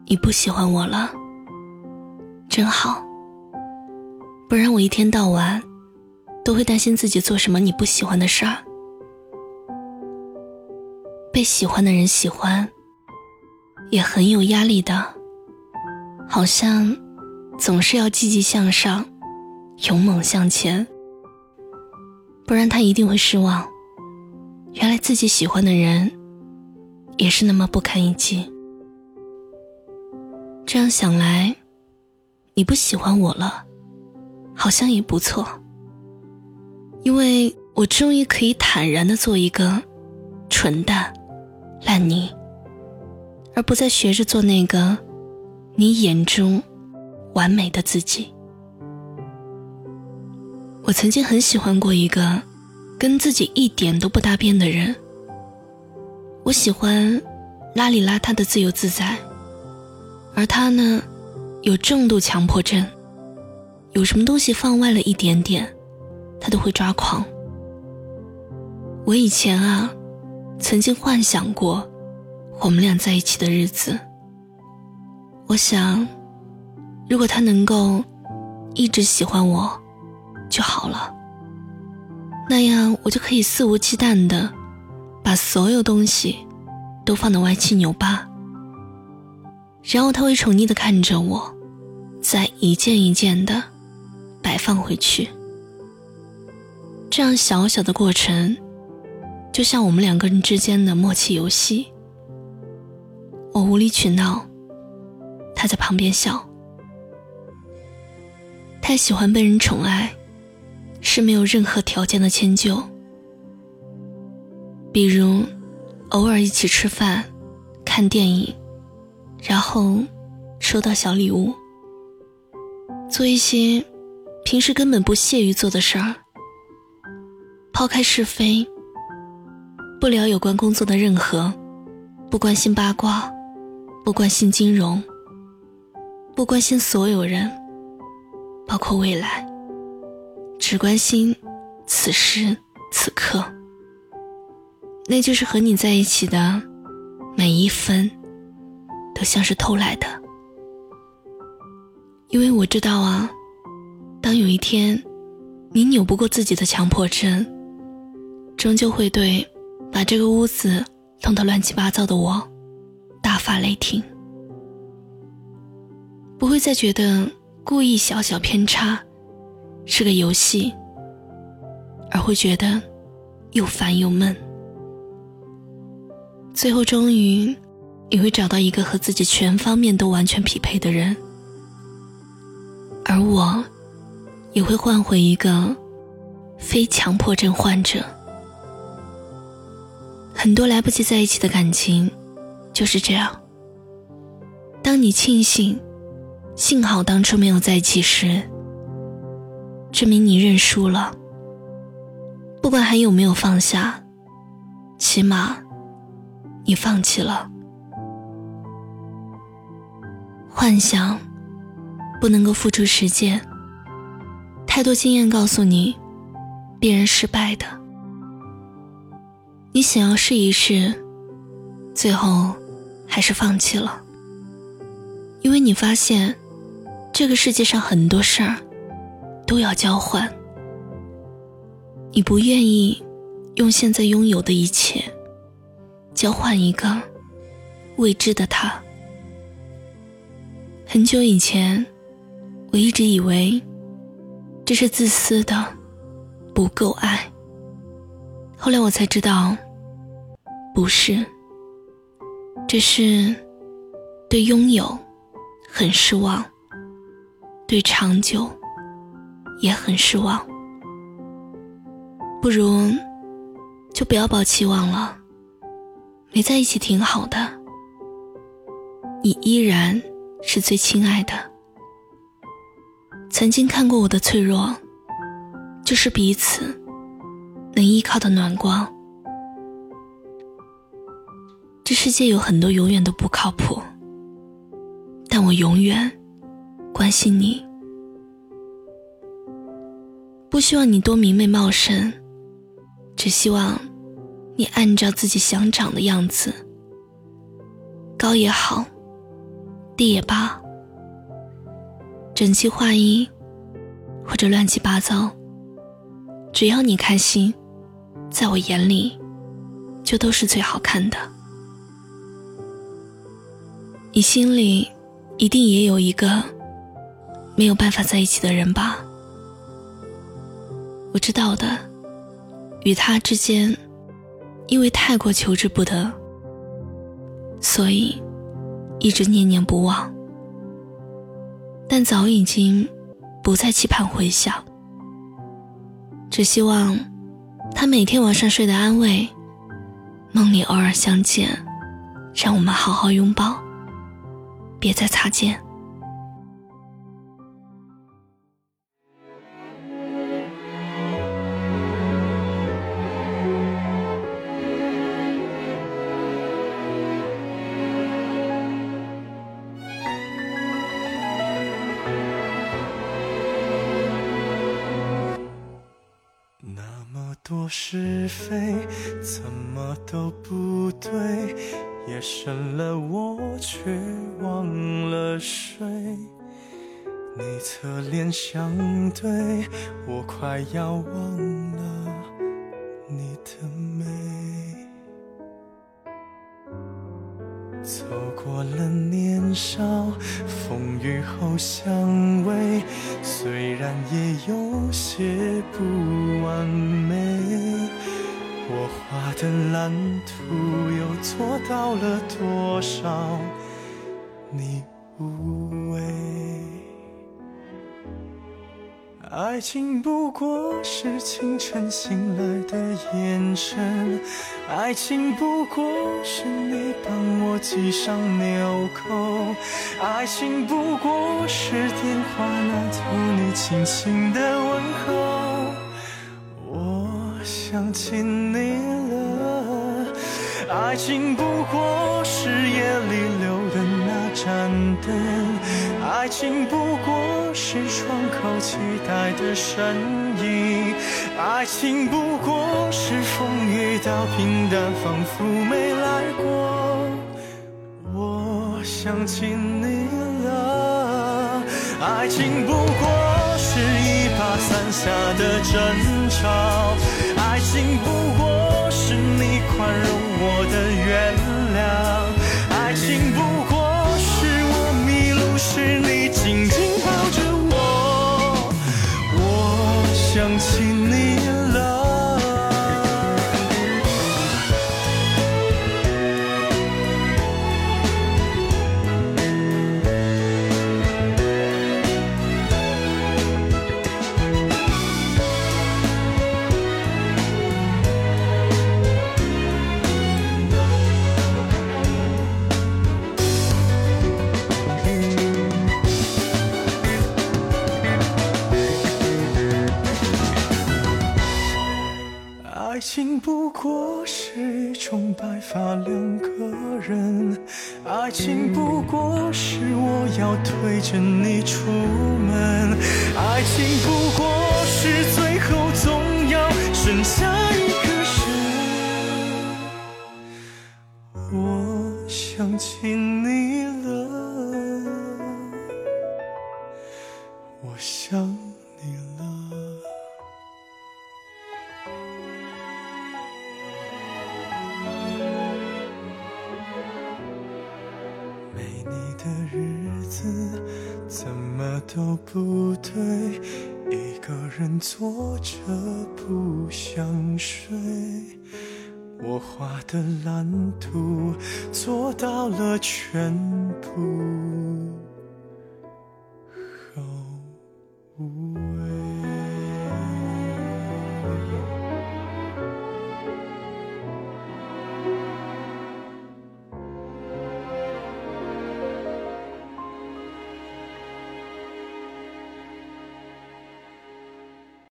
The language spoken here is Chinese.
你不喜欢我了，真好，不然我一天到晚都会担心自己做什么你不喜欢的事儿。被喜欢的人喜欢也很有压力的，好像总是要积极向上，勇猛向前，不然他一定会失望。原来自己喜欢的人也是那么不堪一击。这样想来，你不喜欢我了，好像也不错，因为我终于可以坦然地做一个蠢蛋、烂泥，而不再学着做那个你眼中完美的自己。我曾经很喜欢过一个跟自己一点都不搭边的人，我喜欢邋里邋遢的自由自在，而他呢，有重度强迫症，有什么东西放歪了一点点，他都会抓狂。我以前曾经幻想过我们俩在一起的日子，我想，如果他能够一直喜欢我就好了，那样我就可以肆无忌惮地把所有东西都放得歪七扭八，然后他会宠溺地看着我，再一件一件地摆放回去。这样小小的过程，就像我们两个人之间的默契游戏。我无理取闹，他在旁边笑。太喜欢被人宠爱，是没有任何条件的迁就。比如偶尔一起吃饭、看电影，然后收到小礼物，做一些平时根本不屑于做的事儿，抛开是非，不聊有关工作的任何，不关心八卦，不关心金融，不关心所有人，包括未来，只关心此时此刻。那就是和你在一起的每一分都像是偷来的。因为我知道当有一天你扭不过自己的强迫症，终究会对把这个屋子弄得乱七八糟的我大发雷霆，不会再觉得故意小小偏差是个游戏，而会觉得又烦又闷。最后终于你会找到一个和自己全方面都完全匹配的人，而我也会换回一个非强迫症患者。很多来不及在一起的感情就是这样，当你庆幸幸好当初没有在一起时，证明你认输了，不管还有没有放下，起码你放弃了。幻想不能够付诸实践，太多经验告诉你必然失败的。你想要试一试，最后还是放弃了，因为你发现这个世界上很多事儿都要交换，你不愿意用现在拥有的一切交换一个未知的他。很久以前，我一直以为这是自私的，不够爱。后来我才知道，不是，这是对拥有很失望，对长久也很失望。不如就不要抱期望了，没在一起挺好的，你依然是最亲爱的。曾经看过我的脆弱，就是彼此能依靠的暖光。这世界有很多永远都不靠谱，但我永远关心你。不希望你多明媚茂盛，只希望你按照自己想长的样子，高也好， D 也罢，整齐划一或者乱七八糟，只要你开心，在我眼里就都是最好看的。你心里一定也有一个没有办法在一起的人吧？我知道的，与他之间因为太过求之不得，所以一直念念不忘，但早已经不再期盼回响，只希望他每天晚上睡得安慰，梦里偶尔相见，让我们好好拥抱，别再擦肩。 多是非，怎么都不对，夜深了我却忘了睡，你侧脸相对，我快要忘了你的美。走过了年少，风雨后相偎，虽然也有些不完美，我画的蓝图又做到了多少，你无畏。爱情不过是清晨醒来的眼神，爱情不过是你帮我系上纽扣，爱情不过是电话那头你轻轻的问候，我想起你了。爱情不过是夜里留的那盏灯，爱情不过是窗口期待的身影，爱情不过是风雨到平淡仿佛没来过，我想起你了。爱情不过是一把伞下的争吵，爱情不过是你宽容我的原谅，爱情不过是我迷路时你紧紧抱着我，我想起你了。爱情不过是一种白发两个人，爱情不过是我要推着你出门，爱情不过是最后总要剩下一个人，我想起你了，我想你了。的日子怎么都不对，一个人坐着不想睡，我画的蓝图做到了全部